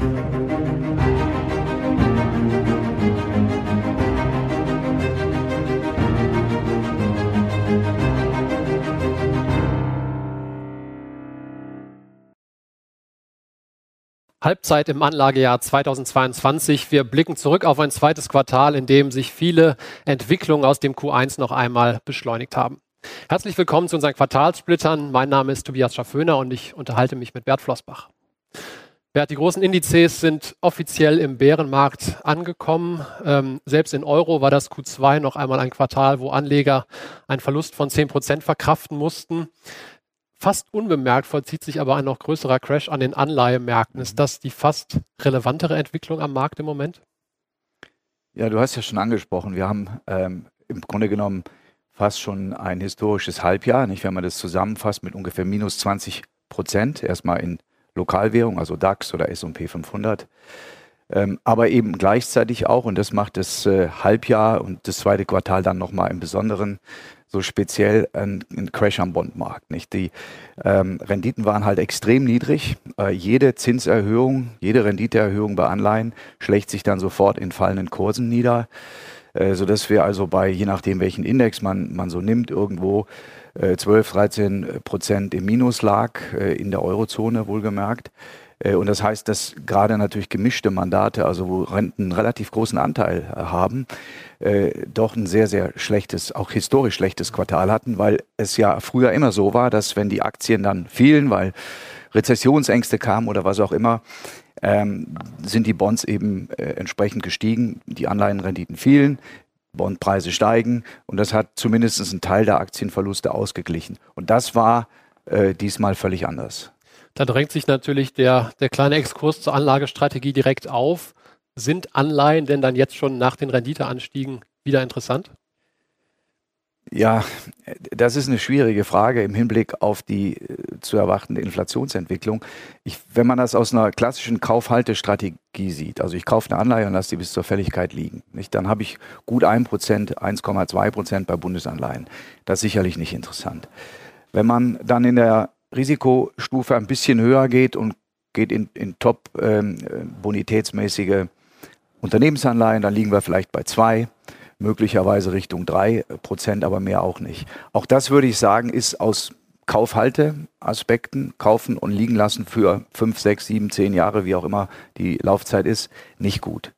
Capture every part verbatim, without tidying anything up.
Halbzeit im Anlagejahr zweitausendzweiundzwanzig. Wir blicken zurück auf ein zweites Quartal, in dem sich viele Entwicklungen aus dem Q eins noch einmal beschleunigt haben. Herzlich willkommen zu unseren Quartalssplittern. Mein Name ist Tobias Schafföner und ich unterhalte mich mit Bert Flossbach. Bert, die großen Indizes sind offiziell im Bärenmarkt angekommen. Ähm, selbst in Euro war das Q zwei noch einmal ein Quartal, wo Anleger einen Verlust von zehn Prozent verkraften mussten. Fast unbemerkt vollzieht sich aber ein noch größerer Crash an den Anleihemärkten. Ist das die fast relevantere Entwicklung am Markt im Moment? Ja, du hast ja schon angesprochen, wir haben ähm, im Grunde genommen fast schon ein historisches Halbjahr, nicht, wenn man das zusammenfasst, mit ungefähr minus zwanzig Prozent, erstmal in Lokalwährung, also DAX oder S und P fünfhundert. Ähm, aber eben gleichzeitig auch, und das macht das äh, Halbjahr und das zweite Quartal dann nochmal im Besonderen so speziell ein, ein Crash am Bondmarkt. Nicht? Die ähm, Renditen waren halt extrem niedrig. Äh, jede Zinserhöhung, jede Renditeerhöhung bei Anleihen schlägt sich dann sofort in fallenden Kursen nieder, äh, sodass wir also bei, je nachdem welchen Index man, man so nimmt, irgendwo äh, zwölf, dreizehn Prozent im Minus lag, äh, in der Eurozone wohlgemerkt. Und das heißt, dass gerade natürlich gemischte Mandate, also wo Renten einen relativ großen Anteil haben, äh, doch ein sehr, sehr schlechtes, auch historisch schlechtes Quartal hatten, weil es ja früher immer so war, dass wenn die Aktien dann fielen, weil Rezessionsängste kamen oder was auch immer, ähm, sind die Bonds eben äh, entsprechend gestiegen, die Anleihenrenditen fielen, Bondpreise steigen und das hat zumindest einen Teil der Aktienverluste ausgeglichen. Und das war äh, diesmal völlig anders. Da drängt sich natürlich der, der kleine Exkurs zur Anlagestrategie direkt auf. Sind Anleihen denn dann jetzt schon nach den Renditeanstiegen wieder interessant? Ja, das ist eine schwierige Frage im Hinblick auf die äh, zu erwartende Inflationsentwicklung. Ich, wenn man das aus einer klassischen Kaufhaltestrategie sieht, also ich kaufe eine Anleihe und lasse die bis zur Fälligkeit liegen, nicht? Dann habe ich gut ein Prozent, eins Komma zwei Prozent bei Bundesanleihen. Das ist sicherlich nicht interessant. Wenn man dann in der Risikostufe ein bisschen höher geht und geht in, in top ähm, bonitätsmäßige Unternehmensanleihen, dann liegen wir vielleicht bei zwei, möglicherweise Richtung drei Prozent, aber mehr auch nicht. Auch das würde ich sagen, ist aus Kaufhalteaspekten, kaufen und liegen lassen für fünf, sechs, sieben, zehn Jahre, wie auch immer die Laufzeit ist, nicht gut.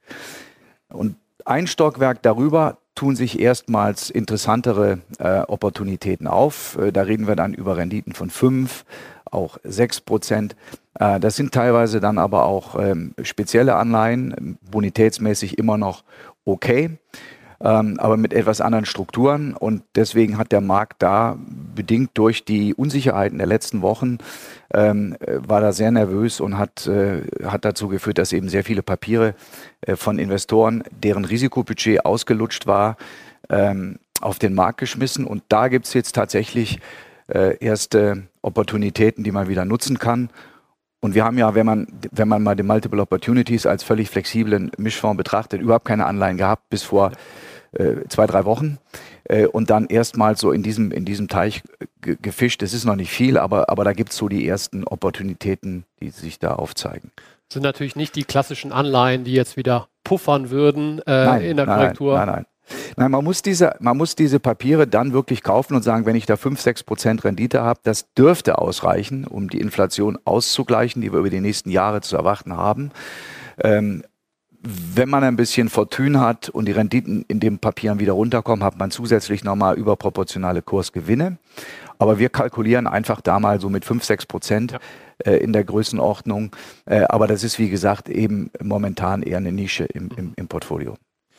Und ein Stockwerk darüber tun sich erstmals interessantere äh, Opportunitäten auf. Äh, da reden wir dann über Renditen von fünf, auch sechs Prozent. Äh, das sind teilweise dann aber auch ähm, spezielle Anleihen, bonitätsmäßig immer noch okay, ähm, aber mit etwas anderen Strukturen. Und deswegen hat der Markt da, bedingt durch die Unsicherheiten der letzten Wochen, ähm, war da sehr nervös und hat, äh, hat dazu geführt, dass eben sehr viele Papiere äh, von Investoren, deren Risikobudget ausgelutscht war, ähm, auf den Markt geschmissen. Und da gibt es jetzt tatsächlich äh, erste Opportunitäten, die man wieder nutzen kann. Und wir haben ja, wenn man, wenn man mal die Multiple Opportunities als völlig flexiblen Mischfonds betrachtet, überhaupt keine Anleihen gehabt bis vor äh, zwei, drei Wochen. Äh, und dann erstmals so in diesem, in diesem Teich ge- gefischt. Es ist noch nicht viel, aber, aber da gibt es so die ersten Opportunitäten, die sich da aufzeigen. Das sind natürlich nicht die klassischen Anleihen, die jetzt wieder puffern würden äh, nein, in der nein, Korrektur. Nein, nein, nein. Nein, man muss diese, man muss diese Papiere dann wirklich kaufen und sagen, wenn ich da fünf, sechs Prozent Rendite habe, das dürfte ausreichen, um die Inflation auszugleichen, die wir über die nächsten Jahre zu erwarten haben. Ähm, wenn man ein bisschen Fortune hat und die Renditen in den Papieren wieder runterkommen, hat man zusätzlich nochmal überproportionale Kursgewinne. Aber wir kalkulieren einfach da mal so mit fünf, sechs Prozent ja. äh, in der Größenordnung. Äh, aber das ist, wie gesagt, eben momentan eher eine Nische im, im, im Portfolio.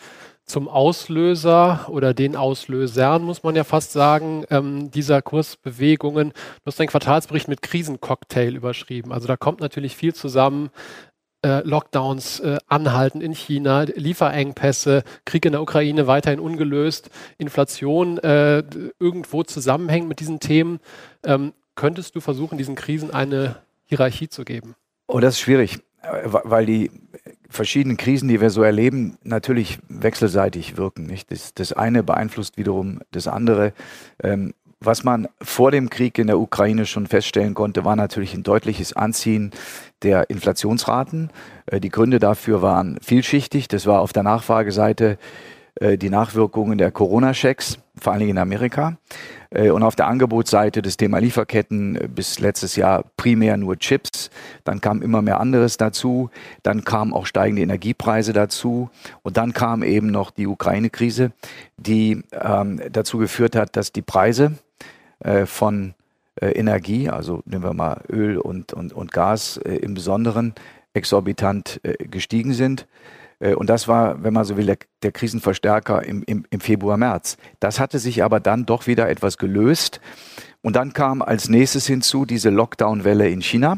Zum Auslöser oder den Auslösern muss man ja fast sagen, ähm, dieser Kursbewegungen. Du hast deinen Quartalsbericht mit Krisencocktail überschrieben. Also da kommt natürlich viel zusammen. Äh, Lockdowns äh, anhalten in China, Lieferengpässe, Krieg in der Ukraine weiterhin ungelöst, Inflation äh, irgendwo zusammenhängt mit diesen Themen. Ähm, könntest du versuchen, diesen Krisen eine Hierarchie zu geben? Oh, das ist schwierig, weil die verschiedenen Krisen, die wir so erleben, natürlich wechselseitig wirken. Nicht? Das, das eine beeinflusst wiederum das andere. Ähm, was man vor dem Krieg in der Ukraine schon feststellen konnte, war natürlich ein deutliches Anziehen der Inflationsraten. Die Gründe dafür waren vielschichtig. Das war auf der Nachfrageseite die Nachwirkungen der Corona-Schecks, vor allen Dingen in Amerika. Und auf der Angebotsseite das Thema Lieferketten, bis letztes Jahr primär nur Chips. Dann kam immer mehr anderes dazu. Dann kamen auch steigende Energiepreise dazu. Und dann kam eben noch die Ukraine-Krise, die ähm, dazu geführt hat, dass die Preise äh, von äh, Energie, also nehmen wir mal Öl und, und, und Gas äh, im Besonderen, exorbitant äh, gestiegen sind. Und das war, wenn man so will, der, der Krisenverstärker im, im, im Februar, März. Das hatte sich aber dann doch wieder etwas gelöst. Und dann kam als nächstes hinzu diese Lockdown-Welle in China,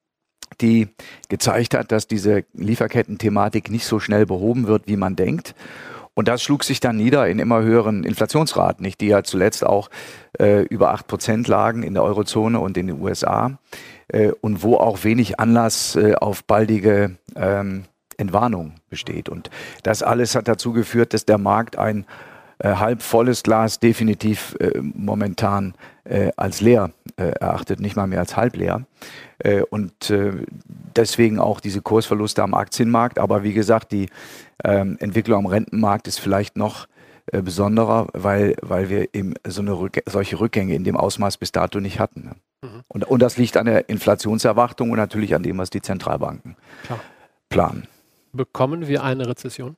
die gezeigt hat, dass diese Lieferketten-Thematik nicht so schnell behoben wird, wie man denkt. Und das schlug sich dann nieder in immer höheren Inflationsraten, nicht, die ja zuletzt auch äh, über acht Prozent lagen in der Eurozone und in den U S A. Äh, und wo auch wenig Anlass äh, auf baldige ähm, Entwarnung besteht. Und das alles hat dazu geführt, dass der Markt ein äh, halb volles Glas definitiv äh, momentan äh, als leer äh, erachtet, nicht mal mehr als halb leer. Äh, und äh, deswegen auch diese Kursverluste am Aktienmarkt. Aber wie gesagt, die äh, Entwicklung am Rentenmarkt ist vielleicht noch äh, besonderer, weil, weil wir eben so eine Rück- solche Rückgänge in dem Ausmaß bis dato nicht hatten. Ne? Mhm. Und, und das liegt an der Inflationserwartung und natürlich an dem, was die Zentralbanken Klar. planen. Bekommen wir eine Rezession?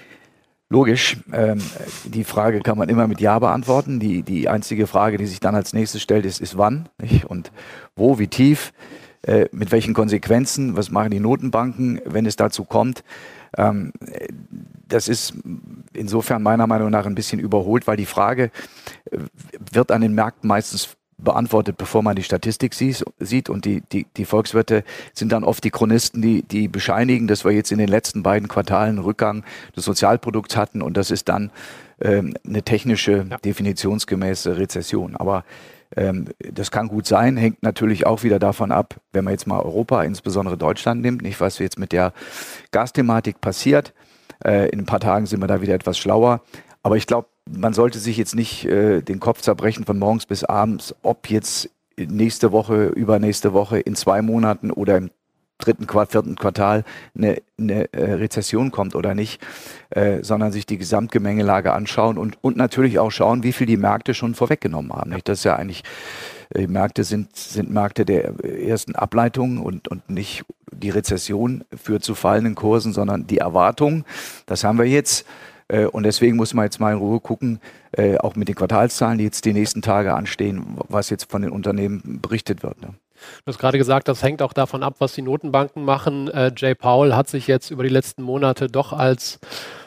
Logisch. Ähm, die Frage kann man immer mit Ja beantworten. Die, die einzige Frage, die sich dann als nächstes stellt, ist, ist wann, nicht? Und wo, wie tief, äh, mit welchen Konsequenzen, was machen die Notenbanken, wenn es dazu kommt. Ähm, das ist insofern meiner Meinung nach ein bisschen überholt, weil die Frage äh, wird an den Märkten meistens beantwortet, bevor man die Statistik sieht, sieht und die, die, die Volkswirte sind dann oft die Chronisten, die, die bescheinigen, dass wir jetzt in den letzten beiden Quartalen einen Rückgang des Sozialprodukts hatten und das ist dann ähm, eine technische, ja. definitionsgemäße Rezession. Aber ähm, das kann gut sein, hängt natürlich auch wieder davon ab, wenn man jetzt mal Europa, insbesondere Deutschland nimmt, nicht was jetzt mit der Gasthematik passiert. Äh, in ein paar Tagen sind wir da wieder etwas schlauer. Aber ich glaube, man sollte sich jetzt nicht äh, den Kopf zerbrechen von morgens bis abends, ob jetzt nächste Woche, übernächste Woche, in zwei Monaten oder im dritten, vierten Quartal eine, eine äh, Rezession kommt oder nicht, äh, sondern sich die Gesamtgemengelage anschauen und, und natürlich auch schauen, wie viel die Märkte schon vorweggenommen haben. Nicht? Das ist ja eigentlich, äh, Märkte sind, sind Märkte der ersten Ableitung und, und nicht die Rezession führt zu fallenden Kursen, sondern die Erwartung, das haben wir jetzt. Und deswegen muss man jetzt mal in Ruhe gucken, äh, auch mit den Quartalszahlen, die jetzt die nächsten Tage anstehen, was jetzt von den Unternehmen berichtet wird. Ne? Du hast gerade gesagt, das hängt auch davon ab, was die Notenbanken machen. Äh, Jay Powell hat sich jetzt über die letzten Monate doch als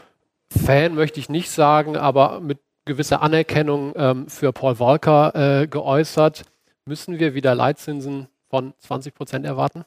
Fan, möchte ich nicht sagen, aber mit gewisser Anerkennung ähm, für Paul Volcker äh, geäußert. Müssen wir wieder Leitzinsen von zwanzig Prozent erwarten?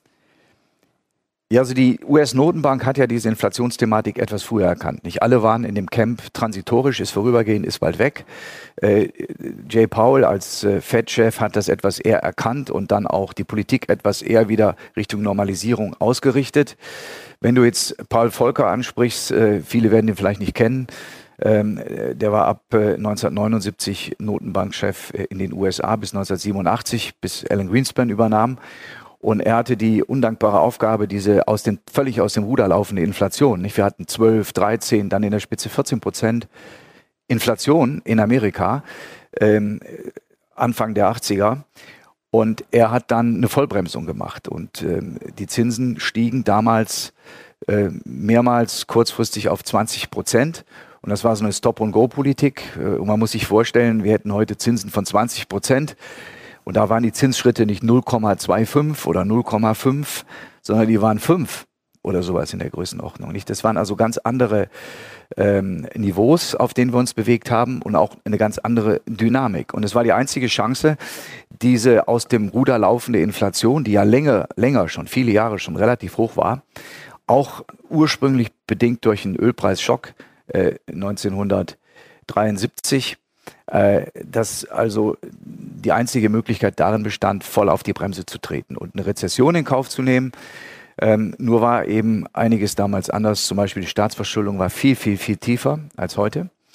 Ja, also die U S-Notenbank hat ja diese Inflationsthematik etwas früher erkannt. Nicht alle waren in dem Camp transitorisch, ist vorübergehend, ist bald weg. Äh, Jay Powell als äh, Fed-Chef hat das etwas eher erkannt und dann auch die Politik etwas eher wieder Richtung Normalisierung ausgerichtet. Wenn du jetzt Paul Volcker ansprichst, äh, viele werden ihn vielleicht nicht kennen, ähm, der war ab äh, neunzehnhundertneunundsiebzig Notenbankchef in den U S A bis neunzehnhundertsiebenundachtzig, bis Alan Greenspan übernahm. Und er hatte die undankbare Aufgabe, diese aus den, völlig aus dem Ruder laufende Inflation. Nicht? Wir hatten zwölf, dreizehn, dann in der Spitze vierzehn Prozent Inflation in Amerika, ähm, Anfang der achtziger. Und er hat dann eine Vollbremsung gemacht. Und ähm, die Zinsen stiegen damals äh, mehrmals kurzfristig auf zwanzig Prozent. Und das war so eine Stop-and-Go-Politik. Äh, und man muss sich vorstellen, wir hätten heute Zinsen von zwanzig Prozent. Und da waren die Zinsschritte nicht null Komma fünfundzwanzig oder null Komma fünf, sondern die waren fünf oder sowas in der Größenordnung. Nicht? Das waren also ganz andere ähm, Niveaus, auf denen wir uns bewegt haben und auch eine ganz andere Dynamik. Und es war die einzige Chance, diese aus dem Ruder laufende Inflation, die ja länger, länger schon, viele Jahre schon relativ hoch war, auch ursprünglich bedingt durch einen Ölpreisschock äh, neunzehnhundertdreiundsiebzig, äh, dass also die einzige Möglichkeit darin bestand, voll auf die Bremse zu treten und eine Rezession in Kauf zu nehmen. Ähm, nur war eben einiges damals anders. Zum Beispiel die Staatsverschuldung war viel, viel, viel tiefer als heute.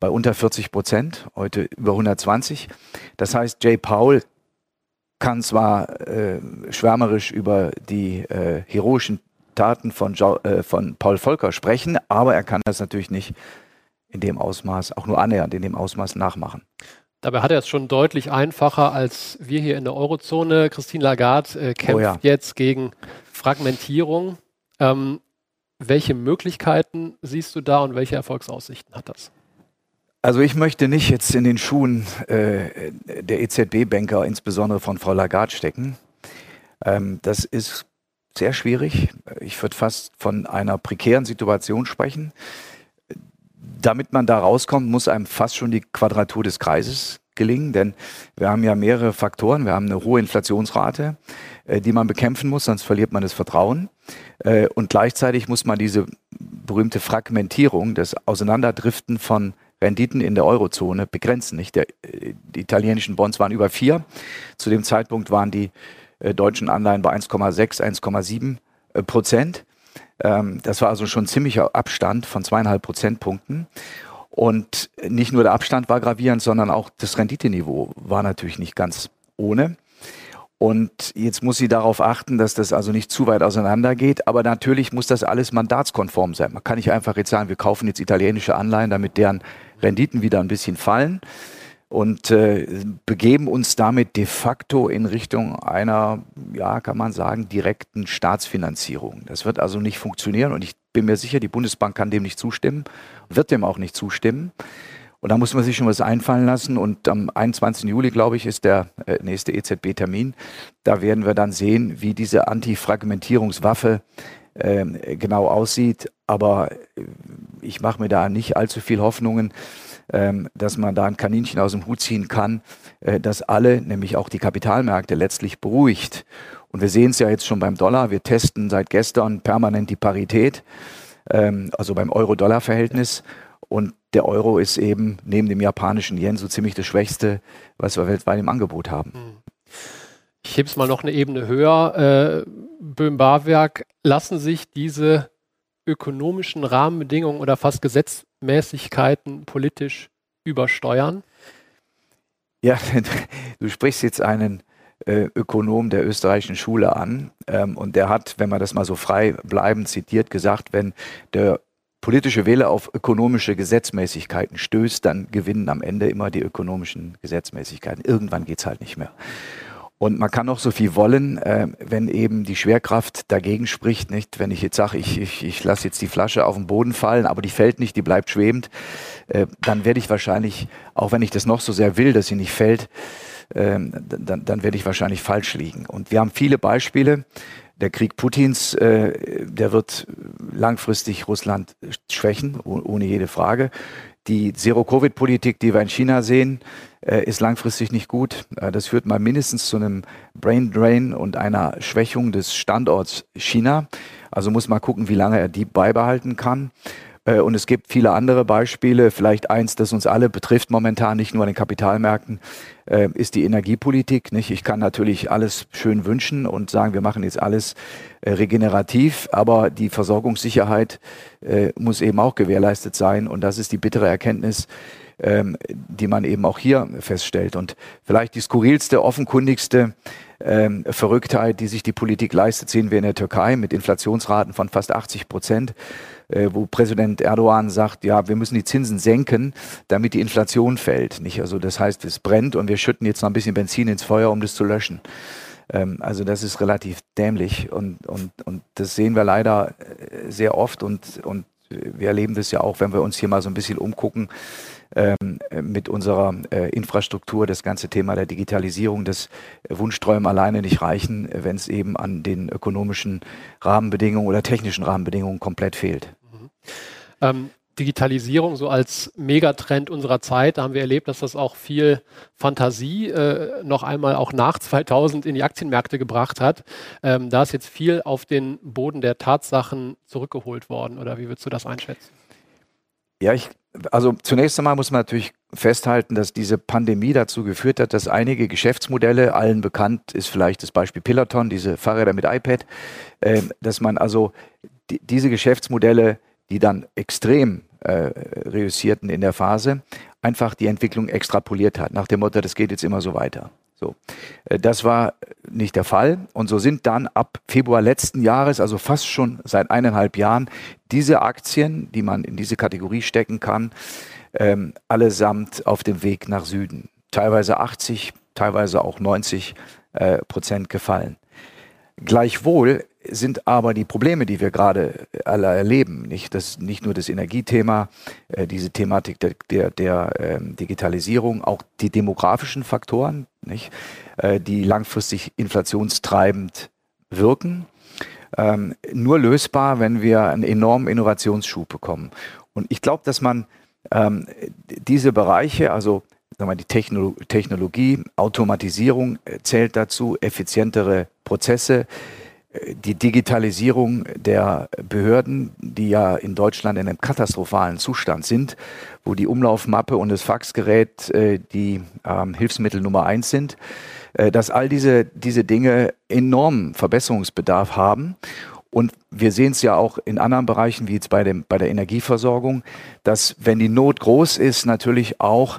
bei unter vierzig Prozent, heute über hundertzwanzig. Das heißt, Jay Powell kann zwar äh, schwärmerisch über die äh, heroischen Taten von, jo äh, von Paul Volcker sprechen, aber er kann das natürlich nicht in dem Ausmaß, auch nur annähernd in dem Ausmaß nachmachen. Dabei hat er es schon deutlich einfacher als wir hier in der Eurozone. Christine Lagarde äh, kämpft oh ja. jetzt gegen Fragmentierung. Ähm, welche Möglichkeiten siehst du da und welche Erfolgsaussichten hat das? Also ich möchte nicht jetzt in den Schuhen äh, der E Z B-Banker, insbesondere von Frau Lagarde, stecken. Ähm, das ist sehr schwierig. Ich würde fast von einer prekären Situation sprechen. Damit man da rauskommt, muss einem fast schon die Quadratur des Kreises gelingen, denn wir haben ja mehrere Faktoren. Wir haben eine hohe Inflationsrate, äh, die man bekämpfen muss, sonst verliert man das Vertrauen. Äh, und gleichzeitig muss man diese berühmte Fragmentierung, das Auseinanderdriften von Renditen in der Eurozone begrenzen. Nicht? Der, die italienischen Bonds waren über vier. Zu dem Zeitpunkt waren die äh, deutschen Anleihen bei eins Komma sechs, eins Komma sieben äh, Prozent. Ähm, das war also schon ein ziemlicher Abstand von zweieinhalb Prozentpunkten. Und nicht nur der Abstand war gravierend, sondern auch das Renditeniveau war natürlich nicht ganz ohne. Und jetzt muss sie darauf achten, dass das also nicht zu weit auseinander geht. Aber natürlich muss das alles mandatskonform sein. Man kann nicht einfach jetzt sagen, wir kaufen jetzt italienische Anleihen, damit deren Renditen wieder ein bisschen fallen und äh, begeben uns damit de facto in Richtung einer, ja, kann man sagen, direkten Staatsfinanzierung. Das wird also nicht funktionieren und ich bin mir sicher, die Bundesbank kann dem nicht zustimmen, wird dem auch nicht zustimmen. Und da muss man sich schon was einfallen lassen. Und am einundzwanzigsten Juli, glaube ich, ist der äh, nächste E Z B-Termin. Da werden wir dann sehen, wie diese Antifragmentierungswaffe äh, genau aussieht. Aber ich mache mir da nicht allzu viel Hoffnungen, äh, dass man da ein Kaninchen aus dem Hut ziehen kann, äh, das alle, nämlich auch die Kapitalmärkte, letztlich beruhigt. Und wir sehen es ja jetzt schon beim Dollar. Wir testen seit gestern permanent die Parität, ähm, also beim Euro-Dollar-Verhältnis. Und der Euro ist eben neben dem japanischen Yen so ziemlich das Schwächste, was wir weltweit im Angebot haben. Ich hebe es mal noch eine Ebene höher. Äh, Böhm-Barwerk, lassen sich diese ökonomischen Rahmenbedingungen oder fast Gesetzmäßigkeiten politisch übersteuern? Ja, du sprichst jetzt einen äh, Ökonom der österreichischen Schule an. Ähm, und der hat, wenn man das mal so frei bleibend zitiert, gesagt, wenn der politische Wille auf ökonomische Gesetzmäßigkeiten stößt, dann gewinnen am Ende immer die ökonomischen Gesetzmäßigkeiten. Irgendwann geht's halt nicht mehr. Und man kann noch so viel wollen, äh, wenn eben die Schwerkraft dagegen spricht, nicht? Wenn ich jetzt sage, ich, ich, ich lasse jetzt die Flasche auf den Boden fallen, aber die fällt nicht, die bleibt schwebend, äh, dann werde ich wahrscheinlich, auch wenn ich das noch so sehr will, dass sie nicht fällt, äh, dann, dann werde ich wahrscheinlich falsch liegen. Und wir haben viele Beispiele. Der Krieg Putins, äh, der wird langfristig Russland schwächen, oh, ohne jede Frage. Die Zero-Covid-Politik, die wir in China sehen, äh, ist langfristig nicht gut. Äh, das führt mal mindestens zu einem Brain Drain und einer Schwächung des Standorts China. Also muss man gucken, wie lange er die beibehalten kann. Äh, und es gibt viele andere Beispiele. Vielleicht eins, das uns alle betrifft momentan, nicht nur an den Kapitalmärkten, äh, ist die Energiepolitik. Nicht? Ich kann natürlich alles schön wünschen und sagen, wir machen jetzt alles äh, regenerativ, aber die Versorgungssicherheit äh, muss eben auch gewährleistet sein. Und das ist die bittere Erkenntnis, ähm, die man eben auch hier feststellt. Und vielleicht die skurrilste, offenkundigste ähm, Verrücktheit, die sich die Politik leistet, sehen wir in der Türkei mit Inflationsraten von fast achtzig Prozent. Wo Präsident Erdogan sagt, ja, wir müssen die Zinsen senken, damit die Inflation fällt. Nicht? Also das heißt, es brennt und wir schütten jetzt noch ein bisschen Benzin ins Feuer, um das zu löschen. Ähm, also das ist relativ dämlich und, und, und das sehen wir leider sehr oft und, und wir erleben das ja auch, wenn wir uns hier mal so ein bisschen umgucken ähm, mit unserer äh, Infrastruktur, das ganze Thema der Digitalisierung, dass Wunschträume alleine nicht reichen, wenn es eben an den ökonomischen Rahmenbedingungen oder technischen Rahmenbedingungen komplett fehlt. Mhm. Ähm, Digitalisierung so als Megatrend unserer Zeit, da haben wir erlebt, dass das auch viel Fantasie äh, noch einmal auch nach zweitausend in die Aktienmärkte gebracht hat. Ähm, da ist jetzt viel auf den Boden der Tatsachen zurückgeholt worden, oder wie würdest du das einschätzen? Ja, ich, also zunächst einmal muss man natürlich festhalten, dass diese Pandemie dazu geführt hat, dass einige Geschäftsmodelle, allen bekannt ist vielleicht das Beispiel Peloton, diese Fahrräder mit iPad, äh, dass man also die, diese Geschäftsmodelle, die dann extrem äh, Reüssierten in der Phase einfach die Entwicklung extrapoliert hat, nach dem Motto, das geht jetzt immer so weiter. So. Äh, das war nicht der Fall und so sind dann ab Februar letzten Jahres, also fast schon seit eineinhalb Jahren, diese Aktien, die man in diese Kategorie stecken kann, ähm, allesamt auf dem Weg nach Süden. Teilweise achtzig, teilweise auch neunzig äh, Prozent gefallen. Gleichwohl sind aber die Probleme, die wir gerade alle erleben, nicht, das, nicht nur das Energiethema, äh, diese Thematik der, der, der äh, Digitalisierung, auch die demografischen Faktoren, nicht, äh, die langfristig inflationstreibend wirken, ähm, nur lösbar, wenn wir einen enormen Innovationsschub bekommen. Und ich glaube, dass man ähm, diese Bereiche, also sagen wir, die Techno- Technologie, Automatisierung äh, zählt dazu, effizientere Prozesse, die Digitalisierung der Behörden, die ja in Deutschland in einem katastrophalen Zustand sind, wo die Umlaufmappe und das Faxgerät äh, die ähm, Hilfsmittel Nummer eins sind, äh, dass all diese, diese Dinge enormen Verbesserungsbedarf haben. Und wir sehen es ja auch in anderen Bereichen, wie jetzt bei, dem, bei der Energieversorgung, dass, wenn die Not groß ist, natürlich auch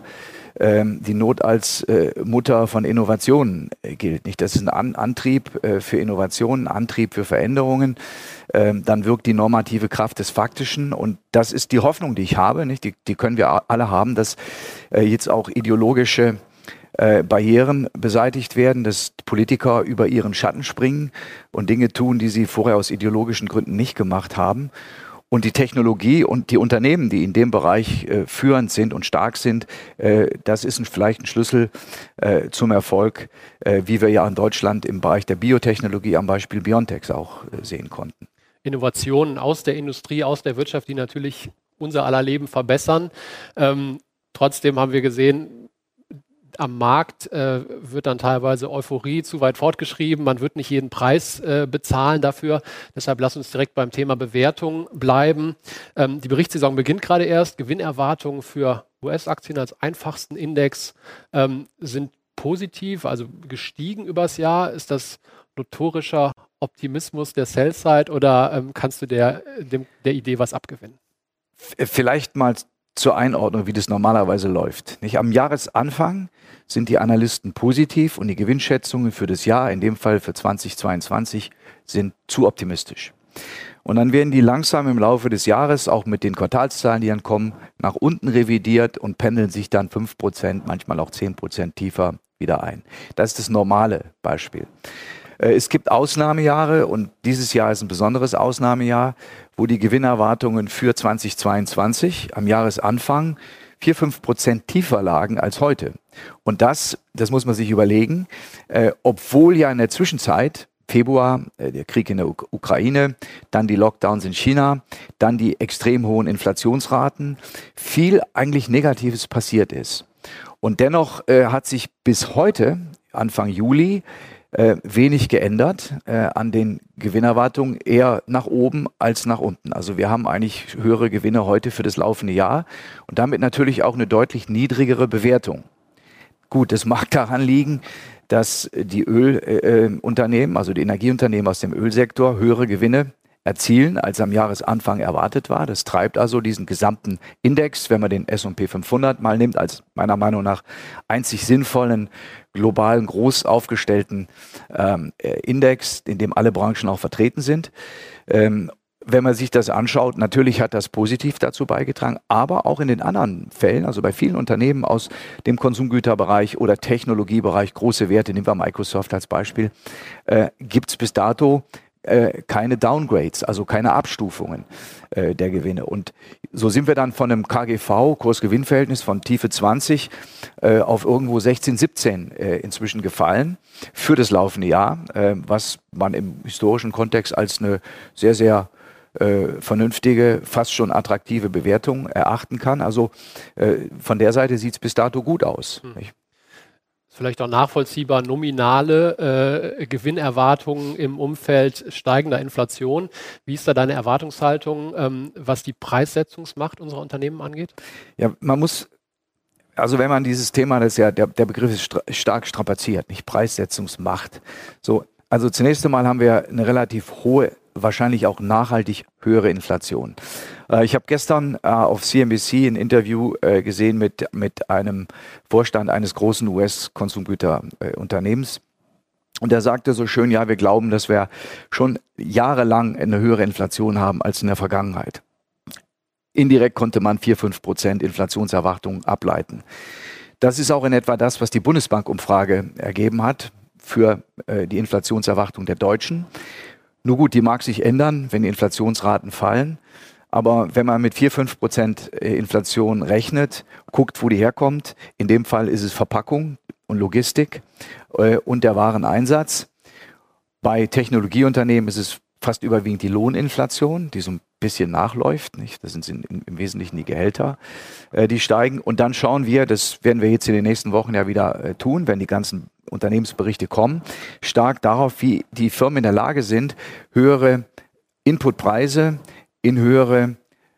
die Not als äh, Mutter von Innovationen äh, gilt. Nicht? Das ist ein An Antrieb äh, für Innovationen, Antrieb für Veränderungen. Ähm, dann wirkt die normative Kraft des Faktischen und das ist die Hoffnung, die ich habe. Nicht? Die, die können wir alle haben, dass äh, jetzt auch ideologische äh, Barrieren beseitigt werden, dass Politiker über ihren Schatten springen und Dinge tun, die sie vorher aus ideologischen Gründen nicht gemacht haben. Und die Technologie und die Unternehmen, die in dem Bereich äh, führend sind und stark sind, äh, das ist ein, vielleicht ein Schlüssel äh, zum Erfolg, äh, wie wir ja in Deutschland im Bereich der Biotechnologie am Beispiel BioNTech auch äh, sehen konnten. Innovationen aus der Industrie, aus der Wirtschaft, die natürlich unser aller Leben verbessern. Ähm, trotzdem haben wir gesehen, am Markt äh, wird dann teilweise Euphorie zu weit fortgeschrieben. Man wird nicht jeden Preis äh, bezahlen dafür. Deshalb lass uns direkt beim Thema Bewertung bleiben. Ähm, die Berichtssaison beginnt gerade erst. Gewinnerwartungen für U S-Aktien als einfachsten Index ähm, sind positiv, also gestiegen übers Jahr. Ist das notorischer Optimismus der Sell-Side oder ähm, kannst du der, dem, der Idee was abgewinnen? Vielleicht mal zur Einordnung, wie das normalerweise läuft. Nicht? Am Jahresanfang sind die Analysten positiv und die Gewinnschätzungen für das Jahr, in dem Fall für zweitausendzweiundzwanzig, sind zu optimistisch. Und dann werden die langsam im Laufe des Jahres, auch mit den Quartalszahlen, die dann kommen, nach unten revidiert und pendeln sich dann fünf Prozent, manchmal auch zehn Prozent tiefer wieder ein. Das ist das normale Beispiel. Es gibt Ausnahmejahre und dieses Jahr ist ein besonderes Ausnahmejahr, wo die Gewinnerwartungen für zweitausendzweiundzwanzig am Jahresanfang vier, fünf Prozent tiefer lagen als heute. Und das, das muss man sich überlegen, äh, obwohl ja in der Zwischenzeit, Februar, äh, der Krieg in der U- Ukraine, dann die Lockdowns in China, dann die extrem hohen Inflationsraten, viel eigentlich Negatives passiert ist. Und dennoch äh, hat sich bis heute, Anfang Juli, Äh, wenig geändert äh, an den Gewinnerwartungen, eher nach oben als nach unten. Also wir haben eigentlich höhere Gewinne heute für das laufende Jahr und damit natürlich auch eine deutlich niedrigere Bewertung. Gut, das mag daran liegen, dass die Ölunternehmen, äh, also die Energieunternehmen aus dem Ölsektor, höhere Gewinne erzielen, als am Jahresanfang erwartet war. Das treibt also diesen gesamten Index, wenn man den S und P fünfhundert mal nimmt, als meiner Meinung nach einzig sinnvollen, globalen, groß aufgestellten ähm, Index, in dem alle Branchen auch vertreten sind. Ähm, wenn man sich das anschaut, natürlich hat das positiv dazu beigetragen, aber auch in den anderen Fällen, also bei vielen Unternehmen aus dem Konsumgüterbereich oder Technologiebereich, große Werte, nehmen wir Microsoft als Beispiel, äh, gibt es bis dato keine Downgrades, also keine Abstufungen äh, der Gewinne. Und so sind wir dann von einem K G V, Kurs-Gewinn-Verhältnis von Tiefe zwanzig äh, auf irgendwo sechzehn, siebzehn äh, inzwischen gefallen für das laufende Jahr, äh, was man im historischen Kontext als eine sehr, sehr äh, vernünftige, fast schon attraktive Bewertung erachten kann. Also äh, von der Seite sieht es bis dato gut aus. Hm. Nicht? Vielleicht auch nachvollziehbar, nominale äh, Gewinnerwartungen im Umfeld steigender Inflation. Wie ist da deine Erwartungshaltung, ähm, was die Preissetzungsmacht unserer Unternehmen angeht? Ja, man muss, also wenn man dieses Thema, das ist ja, der, der Begriff ist stra- stark strapaziert, nicht Preissetzungsmacht. So, also zunächst einmal haben wir eine relativ hohe wahrscheinlich auch nachhaltig höhere Inflation. Äh, ich habe gestern äh, auf C N B C ein Interview äh, gesehen mit, mit einem Vorstand eines großen U S-Konsumgüterunternehmens. Und der sagte so schön, ja, wir glauben, dass wir schon jahrelang eine höhere Inflation haben als in der Vergangenheit. Indirekt konnte man vier, fünf Prozent Inflationserwartung ableiten. Das ist auch in etwa das, was die Bundesbank-Umfrage ergeben hat für äh, die Inflationserwartung der Deutschen. Nur gut, die mag sich ändern, wenn die Inflationsraten fallen. Aber wenn man mit vier, fünf Prozent Inflation rechnet, guckt, wo die herkommt, in dem Fall ist es Verpackung und Logistik äh, und der Wareneinsatz. Bei Technologieunternehmen ist es fast überwiegend die Lohninflation, die so ein bisschen nachläuft. Nicht? Das sind in, im Wesentlichen die Gehälter, äh, die steigen. Und dann schauen wir, das werden wir jetzt in den nächsten Wochen ja wieder äh, tun, wenn die ganzen Unternehmensberichte kommen, stark darauf, wie die Firmen in der Lage sind, höhere Inputpreise in höhere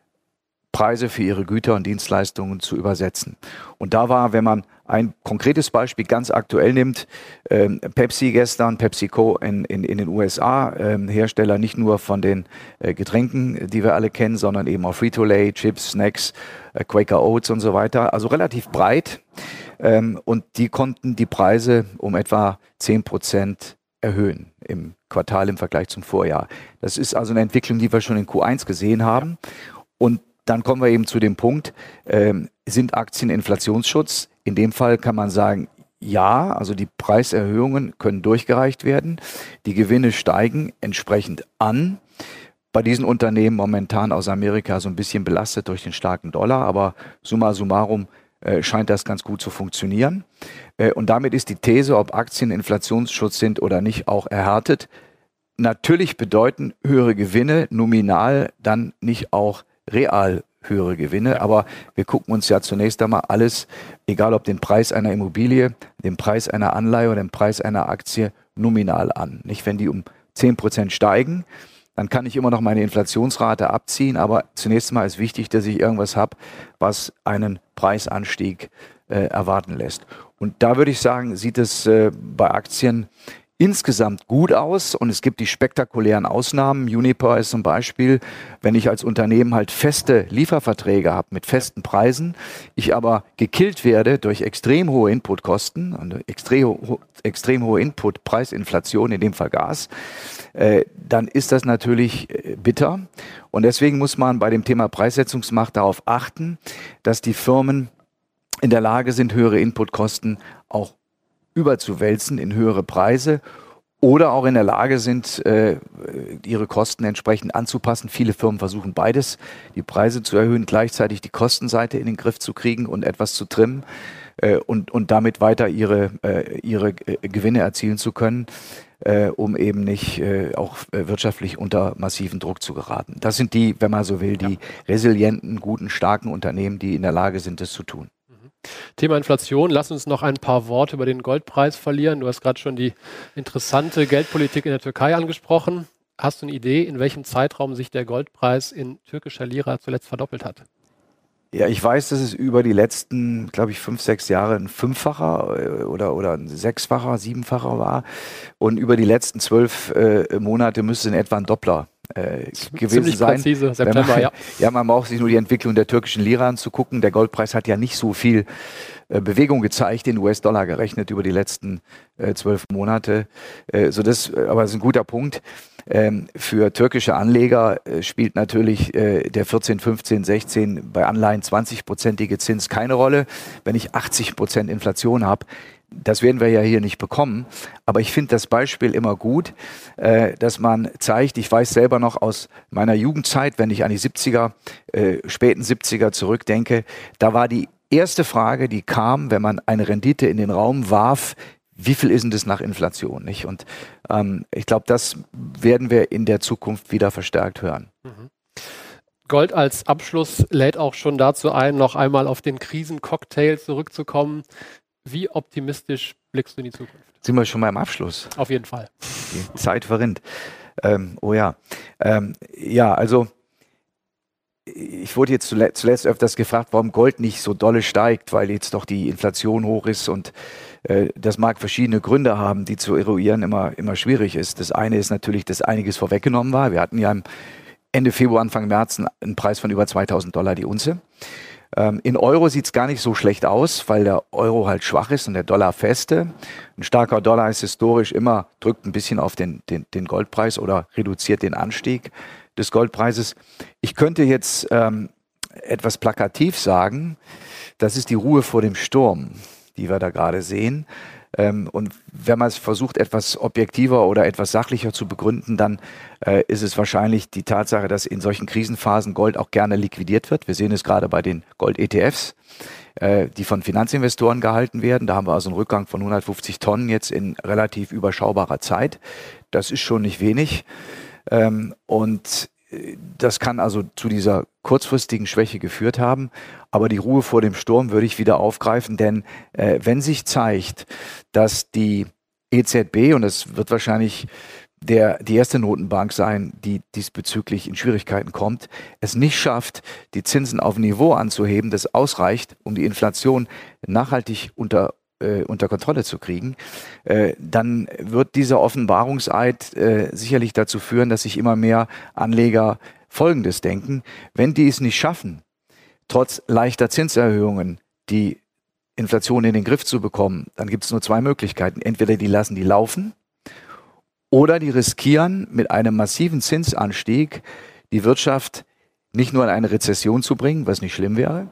Preise für ihre Güter und Dienstleistungen zu übersetzen. Und da war, wenn man ein konkretes Beispiel ganz aktuell nimmt, ähm, Pepsi gestern, PepsiCo in, in, in den U S A, ähm, Hersteller nicht nur von den äh, Getränken, die wir alle kennen, sondern eben auch Frito-Lay, Chips, Snacks, äh, Quaker Oats und so weiter. Also relativ breit. Ähm, und die konnten die Preise um etwa zehn Prozent erhöhen im Quartal im Vergleich zum Vorjahr. Das ist also eine Entwicklung, die wir schon in Q eins gesehen haben. Und dann kommen wir eben zu dem Punkt, ähm, sind Aktien Inflationsschutz? In dem Fall kann man sagen, ja, also die Preiserhöhungen können durchgereicht werden. Die Gewinne steigen entsprechend an. Bei diesen Unternehmen momentan aus Amerika so ein bisschen belastet durch den starken Dollar, aber summa summarum äh, scheint das ganz gut zu funktionieren. Äh, und damit ist die These, ob Aktien Inflationsschutz sind oder nicht, auch erhärtet. Natürlich bedeuten höhere Gewinne nominal dann nicht auch real höhere Gewinne, aber wir gucken uns ja zunächst einmal alles, egal ob den Preis einer Immobilie, den Preis einer Anleihe oder den Preis einer Aktie nominal an. Nicht, wenn die um zehn Prozent steigen, dann kann ich immer noch meine Inflationsrate abziehen, aber zunächst mal ist wichtig, dass ich irgendwas habe, was einen Preisanstieg äh, erwarten lässt. Und da würde ich sagen, sieht es äh, bei Aktien insgesamt gut aus und es gibt die spektakulären Ausnahmen. Uniper ist zum Beispiel, wenn ich als Unternehmen halt feste Lieferverträge habe mit festen Preisen, ich aber gekillt werde durch extrem hohe Inputkosten und extrem, ho extrem hohe Inputpreisinflation, in dem Fall Gas, äh, dann ist das natürlich äh, bitter. Und deswegen muss man bei dem Thema Preissetzungsmacht darauf achten, dass die Firmen in der Lage sind, höhere Inputkosten auch überzuwälzen in höhere Preise oder auch in der Lage sind, äh, ihre Kosten entsprechend anzupassen. Viele Firmen versuchen beides, die Preise zu erhöhen, gleichzeitig die Kostenseite in den Griff zu kriegen und etwas zu trimmen äh, und, und damit weiter ihre, äh, ihre äh, Gewinne erzielen zu können, äh, um eben nicht äh, auch äh, wirtschaftlich unter massiven Druck zu geraten. Das sind die, wenn man so will, die resilienten, guten, starken Unternehmen, die in der Lage sind, das zu tun. Thema Inflation, lass uns noch ein paar Worte über den Goldpreis verlieren. Du hast gerade schon die interessante Geldpolitik in der Türkei angesprochen. Hast du eine Idee, in welchem Zeitraum sich der Goldpreis in türkischer Lira zuletzt verdoppelt hat? Ja, ich weiß, dass es über die letzten, glaube ich, fünf, sechs Jahre ein Fünffacher oder, oder ein Sechsfacher, Siebenfacher war. Und über die letzten zwölf äh, Monate müsste es in etwa ein Doppler Äh, gewesen Ziemlich sein. Präzise, September, man, ja. Ja, man braucht sich nur die Entwicklung der türkischen Lira anzugucken. Der Goldpreis hat ja nicht so viel äh, Bewegung gezeigt, in U S-Dollar gerechnet über die letzten äh, zwölf Monate. Äh, so das, aber das ist ein guter Punkt. Ähm, für türkische Anleger äh, spielt natürlich äh, der vierzehn, fünfzehn, sechzehn bei Anleihen zwanzig-prozentige Zins keine Rolle. Wenn ich achtzig Prozent Inflation habe, das werden wir ja hier nicht bekommen, aber ich finde das Beispiel immer gut, äh, dass man zeigt, ich weiß selber noch aus meiner Jugendzeit, wenn ich an die siebziger, äh, späten siebziger zurückdenke, da war die erste Frage, die kam, wenn man eine Rendite in den Raum warf, wie viel ist denn das nach Inflation? Nicht? Und ähm, ich glaube, das werden wir in der Zukunft wieder verstärkt hören. Mhm. Gold als Abschluss lädt auch schon dazu ein, noch einmal auf den Krisencocktail zurückzukommen. Wie optimistisch blickst du in die Zukunft? Sind wir schon mal im Abschluss? Auf jeden Fall. Die Zeit verrinnt. Ähm, oh ja. Ähm, ja, also ich wurde jetzt zuletzt öfters gefragt, warum Gold nicht so dolle steigt, weil jetzt doch die Inflation hoch ist und äh, das mag verschiedene Gründe haben, die zu eruieren immer, immer schwierig ist. Das eine ist natürlich, dass einiges vorweggenommen war. Wir hatten ja im Ende Februar, Anfang März einen Preis von über zweitausend Dollar die Unze. Ähm, in Euro sieht es gar nicht so schlecht aus, weil der Euro halt schwach ist und der Dollar feste. Ein starker Dollar ist historisch immer, drückt ein bisschen auf den, den, den Goldpreis oder reduziert den Anstieg des Goldpreises. Ich könnte jetzt ähm, etwas plakativ sagen, das ist die Ruhe vor dem Sturm, die wir da gerade sehen. Ähm, und wenn man es versucht, etwas objektiver oder etwas sachlicher zu begründen, dann äh, ist es wahrscheinlich die Tatsache, dass in solchen Krisenphasen Gold auch gerne liquidiert wird. Wir sehen es gerade bei den Gold-E T Fs, äh, die von Finanzinvestoren gehalten werden. Da haben wir also einen Rückgang von hundertfünfzig Tonnen jetzt in relativ überschaubarer Zeit. Das ist schon nicht wenig. Ähm, und das kann also zu dieser kurzfristigen Schwäche geführt haben. Aber die Ruhe vor dem Sturm würde ich wieder aufgreifen, denn äh, wenn sich zeigt, dass die E Z B, und das wird wahrscheinlich der, die erste Notenbank sein, die diesbezüglich in Schwierigkeiten kommt, es nicht schafft, die Zinsen auf ein Niveau anzuheben, das ausreicht, um die Inflation nachhaltig unter Äh, unter Kontrolle zu kriegen, äh, dann wird dieser Offenbarungseid äh, sicherlich dazu führen, dass sich immer mehr Anleger Folgendes denken: Wenn die es nicht schaffen, trotz leichter Zinserhöhungen die Inflation in den Griff zu bekommen, dann gibt es nur zwei Möglichkeiten. Entweder die lassen die laufen oder die riskieren mit einem massiven Zinsanstieg die Wirtschaft nicht nur in eine Rezession zu bringen, was nicht schlimm wäre,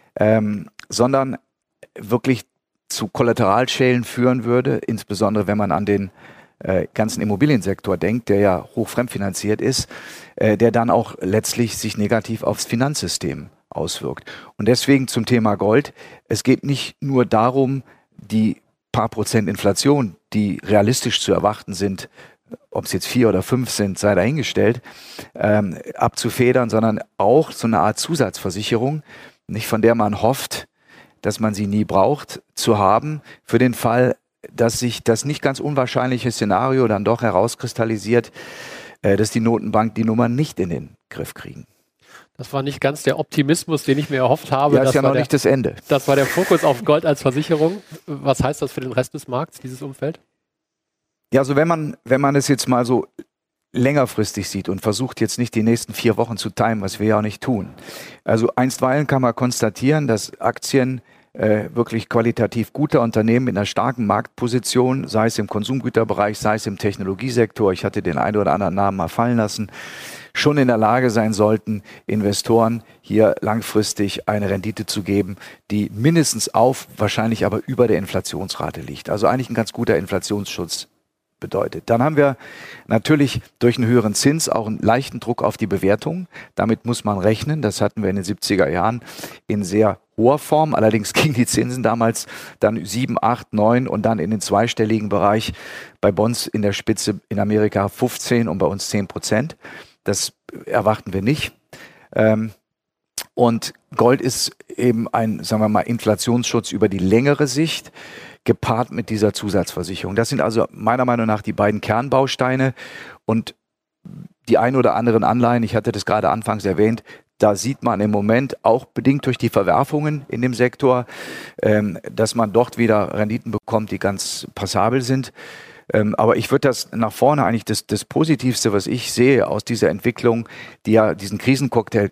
ähm, sondern wirklich zu Kollateralschäden führen würde, insbesondere wenn man an den äh, ganzen Immobiliensektor denkt, der ja hoch fremdfinanziert ist, äh, der dann auch letztlich sich negativ aufs Finanzsystem auswirkt. Und deswegen zum Thema Gold: Es geht nicht nur darum, die paar Prozent Inflation, die realistisch zu erwarten sind, ob es jetzt vier oder fünf sind, sei dahingestellt, ähm, abzufedern, sondern auch so eine Art Zusatzversicherung, nicht von der man hofft, dass man sie nie braucht, zu haben, für den Fall, dass sich das nicht ganz unwahrscheinliche Szenario dann doch herauskristallisiert, äh, dass die Notenbank die Nummer nicht in den Griff kriegen. Das war nicht ganz der Optimismus, den ich mir erhofft habe. Ja, ist das ja noch der, nicht das Ende. Das war der Fokus auf Gold als Versicherung. Was heißt das für den Rest des Markts, dieses Umfeld? Ja, also wenn man, wenn man es jetzt mal so längerfristig sieht und versucht jetzt nicht die nächsten vier Wochen zu timen, was wir ja auch nicht tun. Also einstweilen kann man konstatieren, dass Aktien äh, wirklich qualitativ guter Unternehmen mit einer starken Marktposition, sei es im Konsumgüterbereich, sei es im Technologiesektor, ich hatte den einen oder anderen Namen mal fallen lassen, schon in der Lage sein sollten, Investoren hier langfristig eine Rendite zu geben, die mindestens auf, wahrscheinlich aber über der Inflationsrate liegt. Also eigentlich ein ganz guter Inflationsschutz bedeutet. Dann haben wir natürlich durch einen höheren Zins auch einen leichten Druck auf die Bewertung. Damit muss man rechnen. Das hatten wir in den siebziger Jahren in sehr hoher Form. Allerdings gingen die Zinsen damals dann sieben, acht, neun und dann in den zweistelligen Bereich. Bei Bonds in der Spitze in Amerika fünfzehn und bei uns zehn Prozent. Das erwarten wir nicht. Ähm, und Gold ist eben ein, sagen wir mal, Inflationsschutz über die längere Sicht, gepaart mit dieser Zusatzversicherung. Das sind also meiner Meinung nach die beiden Kernbausteine, und die ein oder anderen Anleihen, ich hatte das gerade anfangs erwähnt, da sieht man im Moment auch bedingt durch die Verwerfungen in dem Sektor, ähm, dass man dort wieder Renditen bekommt, die ganz passabel sind. Ähm, aber ich würde das nach vorne eigentlich das, das Positivste, was ich sehe aus dieser Entwicklung, die ja diesen Krisencocktail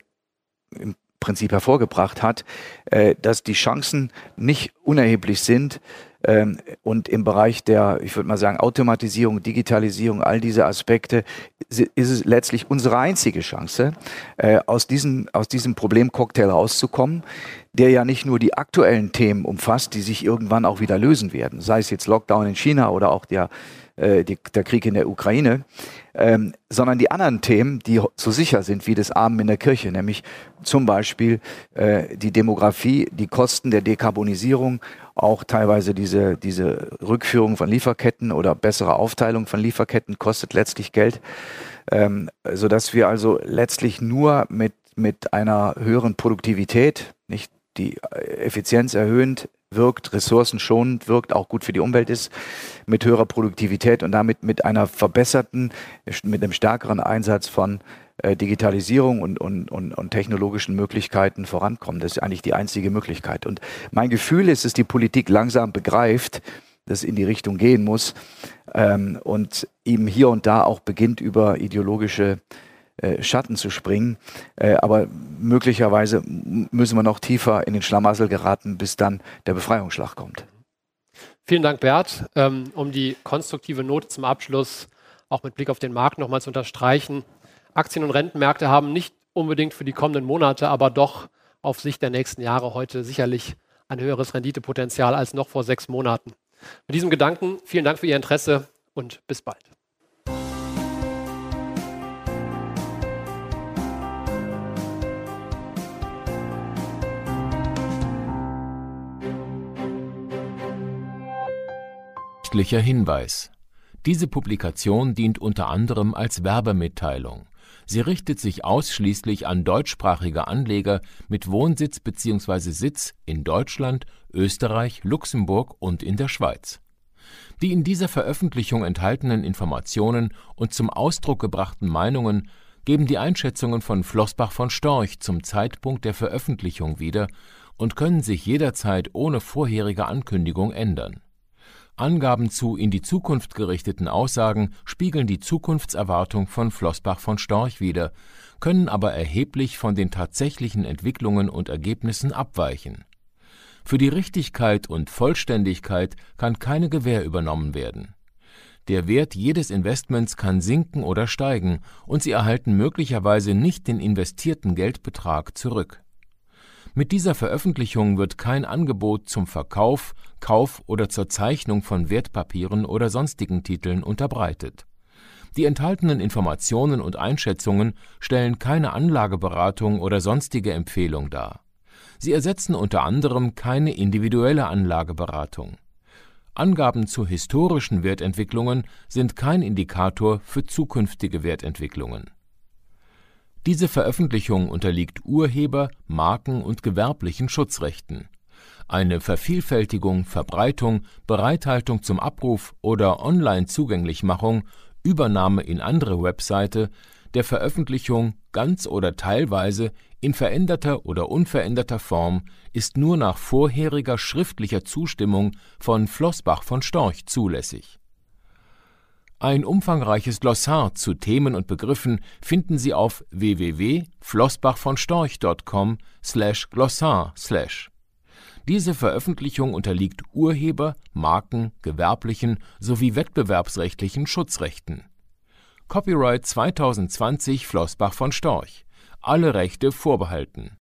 im Prinzip hervorgebracht hat, äh, dass die Chancen nicht unerheblich sind, ähm, und im Bereich der, ich würde mal sagen, Automatisierung, Digitalisierung, all diese Aspekte, ist es letztlich unsere einzige Chance, äh, aus diesem, aus diesem Problemcocktail rauszukommen, der ja nicht nur die aktuellen Themen umfasst, die sich irgendwann auch wieder lösen werden, sei es jetzt Lockdown in China oder auch der, äh, die, der Krieg in der Ukraine, ähm, sondern die anderen Themen, die so sicher sind wie das Amen in der Kirche, nämlich zum Beispiel äh, die Demografie, die Kosten der Dekarbonisierung, auch teilweise diese, diese Rückführung von Lieferketten oder bessere Aufteilung von Lieferketten kostet letztlich Geld, ähm, sodass wir also letztlich nur mit, mit einer höheren Produktivität, nicht die Effizienz erhöhend wirkt, ressourcenschonend wirkt, auch gut für die Umwelt ist, mit höherer Produktivität und damit mit einer verbesserten, mit einem stärkeren Einsatz von äh, Digitalisierung und, und, und, und technologischen Möglichkeiten vorankommen. Das ist eigentlich die einzige Möglichkeit. Und mein Gefühl ist, dass die Politik langsam begreift, dass in die Richtung gehen muss ähm, und eben hier und da auch beginnt, über ideologische äh, Schatten zu springen. Äh, aber möglicherweise müssen wir noch tiefer in den Schlamassel geraten, bis dann der Befreiungsschlag kommt. Vielen Dank, Bert. Ähm, um die konstruktive Note zum Abschluss auch mit Blick auf den Markt nochmal zu unterstreichen. Aktien- und Rentenmärkte haben nicht unbedingt für die kommenden Monate, aber doch auf Sicht der nächsten Jahre heute sicherlich ein höheres Renditepotenzial als noch vor sechs Monaten. Mit diesem Gedanken vielen Dank für Ihr Interesse und bis bald. Rechtlicher Hinweis. Diese Publikation dient unter anderem als Werbemitteilung. Sie richtet sich ausschließlich an deutschsprachige Anleger mit Wohnsitz bzw. Sitz in Deutschland, Österreich, Luxemburg und in der Schweiz. Die in dieser Veröffentlichung enthaltenen Informationen und zum Ausdruck gebrachten Meinungen geben die Einschätzungen von Flossbach von Storch zum Zeitpunkt der Veröffentlichung wieder und können sich jederzeit ohne vorherige Ankündigung ändern. Angaben zu in die Zukunft gerichteten Aussagen spiegeln die Zukunftserwartung von Flossbach von Storch wider, können aber erheblich von den tatsächlichen Entwicklungen und Ergebnissen abweichen. Für die Richtigkeit und Vollständigkeit kann keine Gewähr übernommen werden. Der Wert jedes Investments kann sinken oder steigen und Sie erhalten möglicherweise nicht den investierten Geldbetrag zurück. Mit dieser Veröffentlichung wird kein Angebot zum Verkauf, Kauf oder zur Zeichnung von Wertpapieren oder sonstigen Titeln unterbreitet. Die enthaltenen Informationen und Einschätzungen stellen keine Anlageberatung oder sonstige Empfehlung dar. Sie ersetzen unter anderem keine individuelle Anlageberatung. Angaben zu historischen Wertentwicklungen sind kein Indikator für zukünftige Wertentwicklungen. Diese Veröffentlichung unterliegt Urheber-, Marken- und gewerblichen Schutzrechten. Eine Vervielfältigung, Verbreitung, Bereithaltung zum Abruf oder Online-Zugänglichmachung, Übernahme in andere Webseite, der Veröffentlichung ganz oder teilweise in veränderter oder unveränderter Form ist nur nach vorheriger schriftlicher Zustimmung von Flossbach von Storch zulässig. Ein umfangreiches Glossar zu Themen und Begriffen finden Sie auf w w w punkt flossbachvonstorch punkt com slash glossar slash. Diese Veröffentlichung unterliegt Urheber-, Marken-, gewerblichen sowie wettbewerbsrechtlichen Schutzrechten. Copyright zwanzig zwanzig Flossbach von Storch. Alle Rechte vorbehalten.